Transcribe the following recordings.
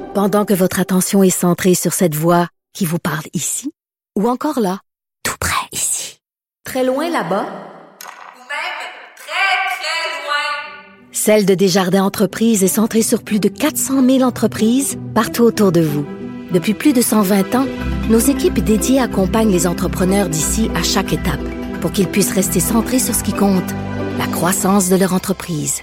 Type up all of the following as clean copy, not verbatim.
Pendant que votre attention est centrée sur cette voix qui vous parle ici, ou encore là, tout près ici, très loin là-bas, ou même très, très loin. Celle de Desjardins Entreprises est centrée sur plus de 400 000 entreprises partout autour de vous. Depuis plus de 120 ans, nos équipes dédiées accompagnent les entrepreneurs d'ici à chaque étape pour qu'ils puissent rester centrés sur ce qui compte, la croissance de leur entreprise.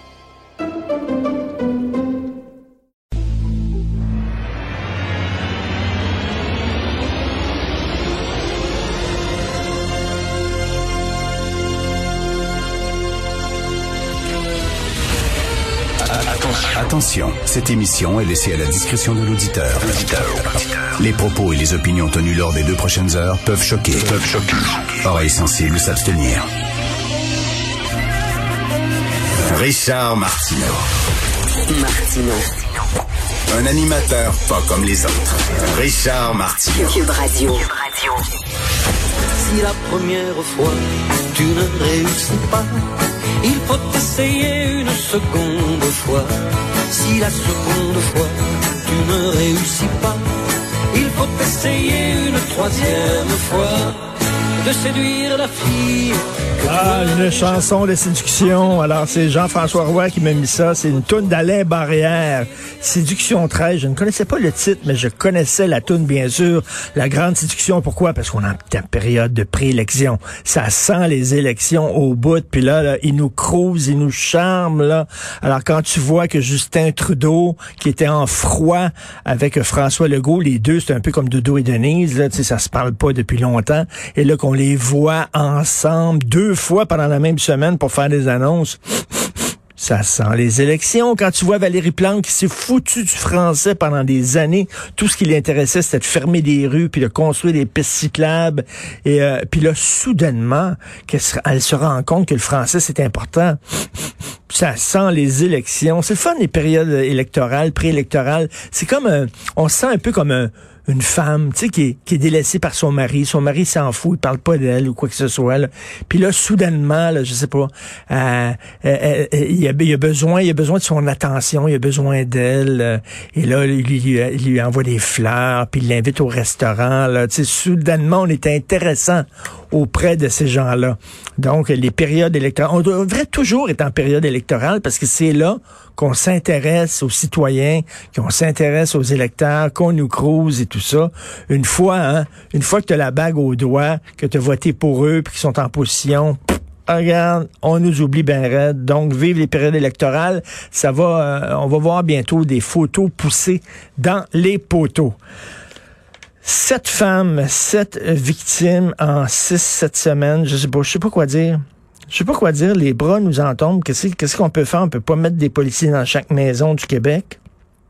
Attention, cette émission est laissée à la discrétion de l'auditeur. Les propos et les opinions tenues lors des 2 prochaines heures peuvent choquer. Oreilles sensibles s'abstenir. Richard Martineau. Un animateur pas comme les autres. Richard Martineau. Cube Radio. Si la première fois tu ne réussis pas, il faut essayer une seconde fois. Si la seconde fois tu ne réussis pas, il faut essayer une troisième fois. De séduire la fille. Une chanson de séduction. Alors, c'est Jean-François Roy qui m'a mis ça. C'est une toune d'Alain Barrière. Séduction 13. Je ne connaissais pas le titre, mais je connaissais la toune, bien sûr. La grande séduction. Pourquoi? Parce qu'on est en période de préélection. Ça sent les élections au bout. Puis là, ils nous crousent, ils nous charment, là. Alors, quand tu vois que Justin Trudeau, qui était en froid avec François Legault, les deux, c'est un peu comme Dodo et Denise, là. Tu sais, ça se parle pas depuis longtemps. Et là, qu'on les voit ensemble 2 fois pendant la même semaine pour faire des annonces. Ça sent les élections. Quand tu vois Valérie Plante qui s'est foutue du français pendant des années, tout ce qui l'intéressait, c'était de fermer des rues, puis de construire des pistes cyclables. Et puis là, soudainement, elle se rend compte que le français, c'est important. Ça sent les élections. C'est le fun, les périodes électorales, préélectorales. C'est comme, on se sent un peu comme une femme, tu sais, qui est délaissée par son mari. Son mari s'en fout, il parle pas d'elle ou quoi que ce soit. Là. Puis là, soudainement, là, je sais pas, il a besoin de son attention, il a besoin d'elle. Et là, il lui envoie des fleurs, puis il l'invite au restaurant. Là, tu sais, soudainement, on est intéressant auprès de ces gens-là. Donc, les périodes électorales, on devrait toujours être en période électorale parce que c'est là qu'on s'intéresse aux citoyens, qu'on s'intéresse aux électeurs, qu'on nous crouse et tout ça. Une fois que tu as la bague au doigt, que tu as voté pour eux, puis qu'ils sont en position, regarde, on nous oublie ben raide. Donc, vive les périodes électorales. Ça va, on va voir bientôt des photos poussées dans les poteaux. 7 femmes, 7 victimes en 6-7 semaines. Je sais pas quoi dire. Les bras nous en tombent. Qu'est-ce qu'on peut faire? On peut pas mettre des policiers dans chaque maison du Québec.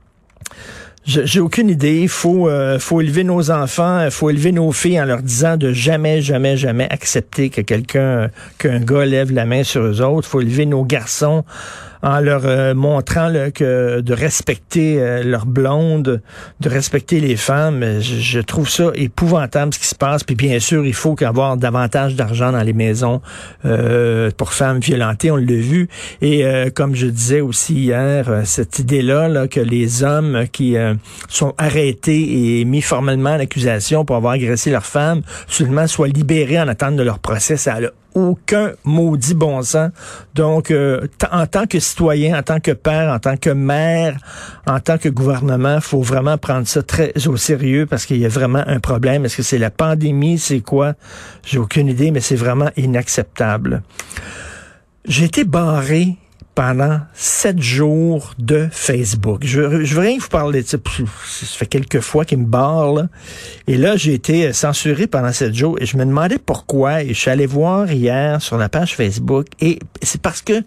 J'ai aucune idée. Il faut élever nos enfants, il faut élever nos filles en leur disant de jamais accepter qu'un gars lève la main sur eux autres. Il faut élever nos garçons en leur montrant que de respecter leurs blondes, de respecter les femmes. Je trouve ça épouvantable ce qui se passe. Puis bien sûr, il faut avoir davantage d'argent dans les maisons pour femmes violentées, on l'a vu. Et comme je disais aussi hier, cette idée-là là, que les hommes qui sont arrêtés et mis formellement en accusation pour avoir agressé leurs femmes, seulement soient libérés en attente de leur procès, ça a aucun maudit bon sens. Donc, en tant que citoyen, en tant que père, en tant que mère, en tant que gouvernement, faut vraiment prendre ça très au sérieux parce qu'il y a vraiment un problème. Est-ce que c'est la pandémie? C'est quoi? J'ai aucune idée, mais c'est vraiment inacceptable. J'ai été barré pendant 7 jours de Facebook. Je veux rien vous parler de ça. Ça fait quelques fois qu'il me barre, là. Et là, j'ai été censuré pendant 7 jours et je me demandais pourquoi. Et je suis allé voir hier sur la page Facebook et c'est parce que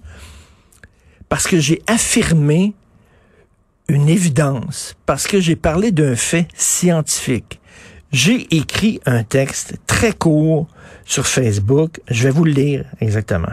j'ai affirmé une évidence, parce que j'ai parlé d'un fait scientifique. J'ai écrit un texte très court sur Facebook. Je vais vous le lire exactement.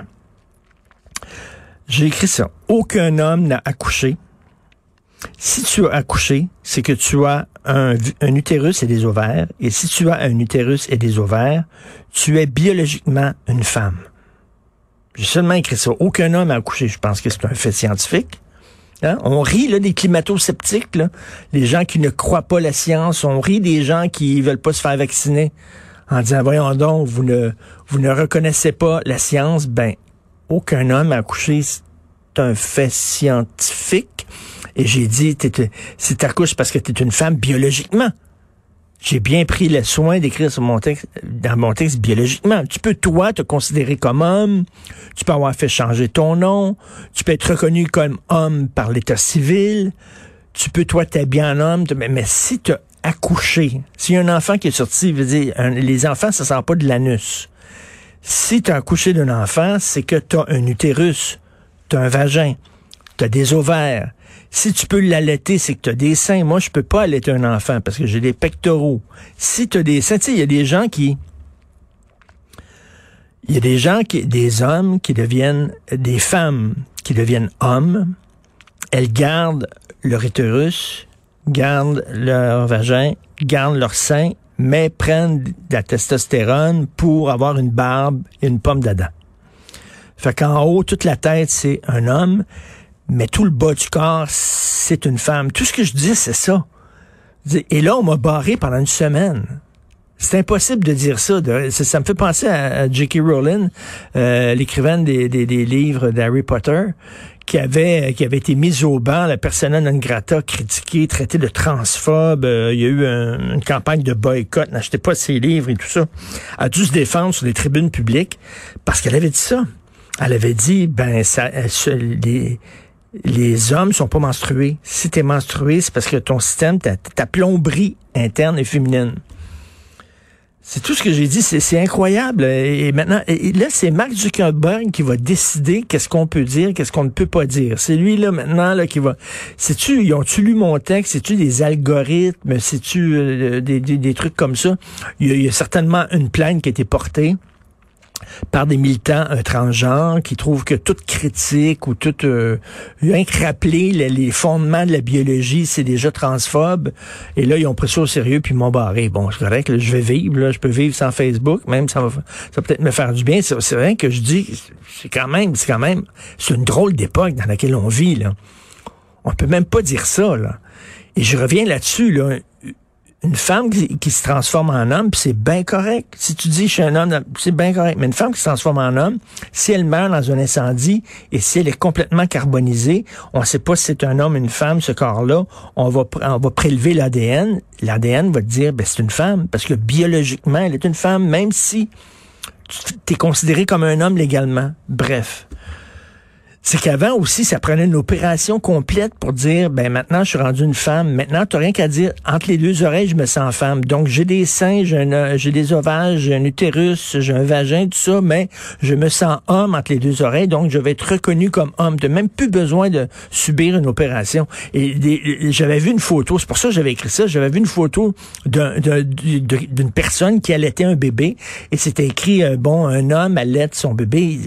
J'ai écrit ça. Aucun homme n'a accouché. Si tu as accouché, c'est que tu as un utérus et des ovaires. Et si tu as un utérus et des ovaires, tu es biologiquement une femme. J'ai seulement écrit ça. Aucun homme n'a accouché. Je pense que c'est un fait scientifique. Hein? On rit là, des climato-sceptiques, là, les gens qui ne croient pas la science. On rit des gens qui veulent pas se faire vacciner en disant, voyons donc, vous ne reconnaissez pas la science. Ben, aucun homme a accouché, c'est un fait scientifique. Et j'ai dit, si t'accouches parce que t'es une femme biologiquement. J'ai bien pris le soin d'écrire sur dans mon texte biologiquement. Tu peux, toi, te considérer comme homme. Tu peux avoir fait changer ton nom. Tu peux être reconnu comme homme par l'état civil. Tu peux, toi, t'habiller en homme. Mais si tu as accouché, s'il y a un enfant qui est sorti, veut dire, les enfants, ça sort pas de l'anus. Si tu as accouché d'un enfant, c'est que tu as un utérus, tu as un vagin, tu as des ovaires. Si tu peux l'allaiter, c'est que tu as des seins. Moi, je peux pas allaiter un enfant parce que j'ai des pectoraux. Si tu as des seins, tu sais, il y a des des hommes qui deviennent des femmes qui deviennent hommes. Elles gardent leur utérus, gardent leur vagin, gardent leur sein, mais prennent de la testostérone pour avoir une barbe et une pomme d'Adam. Fait qu'en haut, toute la tête, c'est un homme. Mais tout le bas du corps, c'est une femme. Tout ce que je dis, c'est ça. Et là, on m'a barré pendant une semaine. C'est impossible de dire ça. Ça me fait penser à J.K. Rowling, l'écrivaine des livres d'Harry Potter, qui avait été mise au banc, la persona non grata, critiquée, traitée de transphobe. Il y a eu une campagne de boycott. N'achetez pas ses livres et tout ça. Elle a dû se défendre sur les tribunes publiques parce qu'elle avait dit ça. Elle avait dit, les hommes sont pas menstrués. Si t'es menstrué, c'est parce que ton système, ta plomberie interne est féminine. C'est tout ce que j'ai dit. C'est incroyable. Et maintenant, là, c'est Mark Zuckerberg qui va décider qu'est-ce qu'on peut dire, qu'est-ce qu'on ne peut pas dire. C'est lui, là, maintenant, là, qui va... Ils ont-tu lu mon texte? C'est-tu des algorithmes? C'est-tu des trucs comme ça? Il y a certainement une plainte qui a été portée par des militants transgenres qui trouvent que toute critique ou toute rien que rappeler les fondements de la biologie, c'est déjà transphobe. Et là, ils ont pris ça au sérieux puis ils m'ont barré. Bon, c'est correct, là, je vais vivre, là, je peux vivre sans Facebook, même ça va peut-être me faire du bien. C'est rien que je dis, c'est une drôle d'époque dans laquelle on vit, là. On peut même pas dire ça, là. Et je reviens là-dessus, là. Une femme qui se transforme en homme, puis c'est bien correct. Si tu dis, je suis un homme, c'est bien correct. Mais une femme qui se transforme en homme, si elle meurt dans un incendie et si elle est complètement carbonisée, on ne sait pas si c'est un homme ou une femme, ce corps-là, on va prélever l'ADN. L'ADN va te dire, c'est une femme, parce que biologiquement, elle est une femme, même si tu es considéré comme un homme légalement. Bref. C'est qu'avant aussi, ça prenait une opération complète pour dire, maintenant, je suis rendu une femme. Maintenant, t'as rien qu'à dire, entre les deux oreilles, je me sens femme. Donc, j'ai des seins, j'ai des ovaires, j'ai un utérus, j'ai un vagin, tout ça, mais je me sens homme entre les deux oreilles, donc je vais être reconnu comme homme. T'as même plus besoin de subir une opération. Et j'avais vu une photo, c'est pour ça que j'avais écrit ça, j'avais vu une photo d'une personne qui allaitait un bébé, et c'était écrit, un homme allaite son bébé.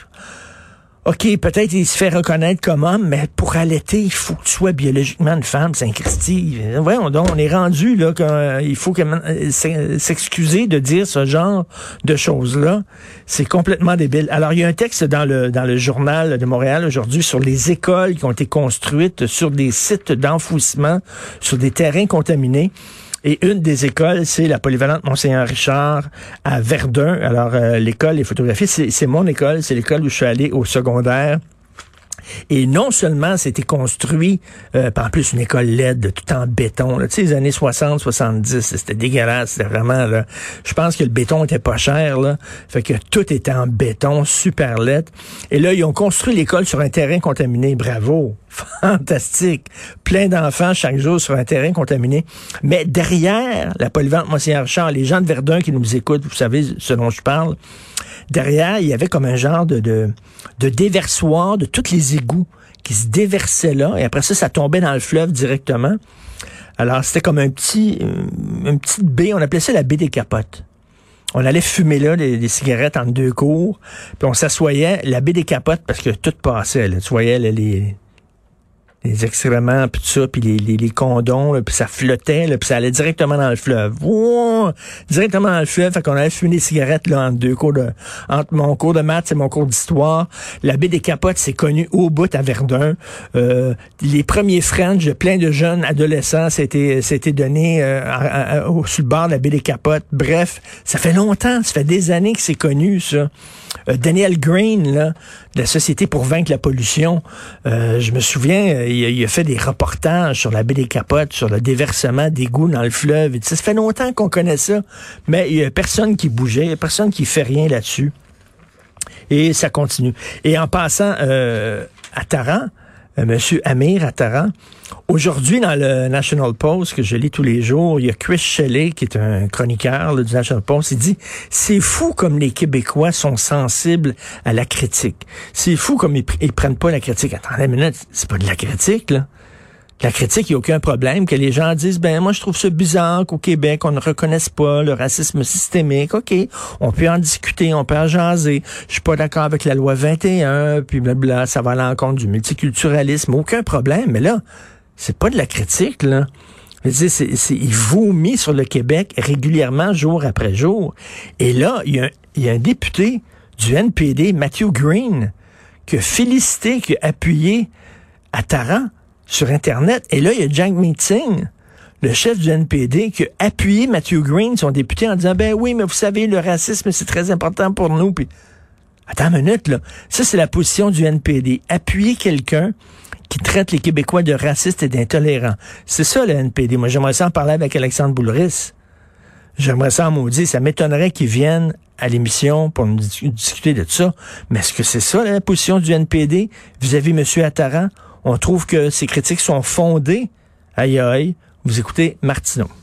OK, peut-être il se fait reconnaître comme homme, mais pour allaiter, il faut que tu sois biologiquement une femme, Saint-Christy. Voyons donc, on est rendu là qu'il faut s'excuser de dire ce genre de choses-là. C'est complètement débile. Alors, il y a un texte dans le journal de Montréal aujourd'hui sur les écoles qui ont été construites sur des sites d'enfouissement, sur des terrains contaminés. Et une des écoles, c'est la polyvalente Monseigneur Richard à Verdun. Alors, l'école est photographiée. C'est mon école. C'est l'école où je suis allé au secondaire. Et non seulement c'était construit, en plus une école LED, tout en béton, là, tu sais, les années 60, 70, c'était dégueulasse, c'était vraiment, là, je pense que le béton était pas cher, là, fait que tout était en béton, super LED. Et là, ils ont construit l'école sur un terrain contaminé, bravo, fantastique, plein d'enfants chaque jour sur un terrain contaminé. Mais derrière la polyvalente Monseigneur Richard, les gens de Verdun qui nous écoutent, vous savez ce dont je parle, derrière, il y avait comme un genre de déversoir de tous les égouts qui se déversaient là, et après ça tombait dans le fleuve directement. Alors, c'était comme une petite baie, on appelait ça la baie des Capotes. On allait fumer là des cigarettes entre deux cours, puis on s'assoyait, la baie des Capotes, parce que tout passait, là. Tu voyais là, les excréments, puis tout ça, puis les condoms, puis ça flottait, là, puis ça allait directement dans le fleuve. Wouah! Directement dans le fleuve, fait qu'on allait fumer des cigarettes là, entre mon cours de maths et mon cours d'histoire. La baie des Capotes, c'est connu au bout à Verdun. Les premiers French de plein de jeunes adolescents, c'était donné sur le bord de la baie des Capotes. Bref, ça fait longtemps, ça fait des années que c'est connu, ça. Daniel Green, là, de la Société pour vaincre la pollution, je me souviens, il a fait des reportages sur la baie des Capotes, sur le déversement d'égouts dans le fleuve. Ça fait longtemps qu'on connaît ça, mais il y a personne qui bougeait, il y a personne qui fait rien là-dessus. Et ça continue. Et en passant à Taran, Monsieur Amir Attaran. Aujourd'hui, dans le National Post, que je lis tous les jours, il y a Chris Shelley, qui est un chroniqueur là, du National Post, il dit « C'est fou comme les Québécois sont sensibles à la critique. C'est fou comme ils prennent pas la critique. » Attendez une minute, c'est pas de la critique, là. La critique, il n'y a aucun problème. Que les gens disent, ben moi je trouve ça bizarre qu'au Québec, on ne reconnaisse pas le racisme systémique. OK, on peut en discuter, on peut en jaser. Je suis pas d'accord avec la loi 21, puis blabla, ça va à l'encontre du multiculturalisme. Aucun problème, mais là, c'est pas de la critique, là. Je veux dire, il vomit sur le Québec régulièrement, jour après jour. Et là, il y a un député du NPD, Matthew Green, qui a félicité, qui a appuyé Attaran sur Internet. Et là, il y a Jack Meeting, le chef du NPD, qui a appuyé Matthew Green, son député, en disant, ben oui, mais vous savez, le racisme, c'est très important pour nous. Puis, attends une minute, là. Ça, c'est la position du NPD. Appuyer quelqu'un qui traite les Québécois de racistes et d'intolérants. C'est ça, le NPD. Moi, j'aimerais ça en parler avec Alexandre Boulris. J'aimerais ça en maudit. Ça m'étonnerait qu'ils viennent à l'émission pour nous discuter de ça. Mais est-ce que c'est ça, la position du NPD vis-à-vis M. Attaran? On trouve que ces critiques sont fondées. Aïe aïe, vous écoutez Martineau.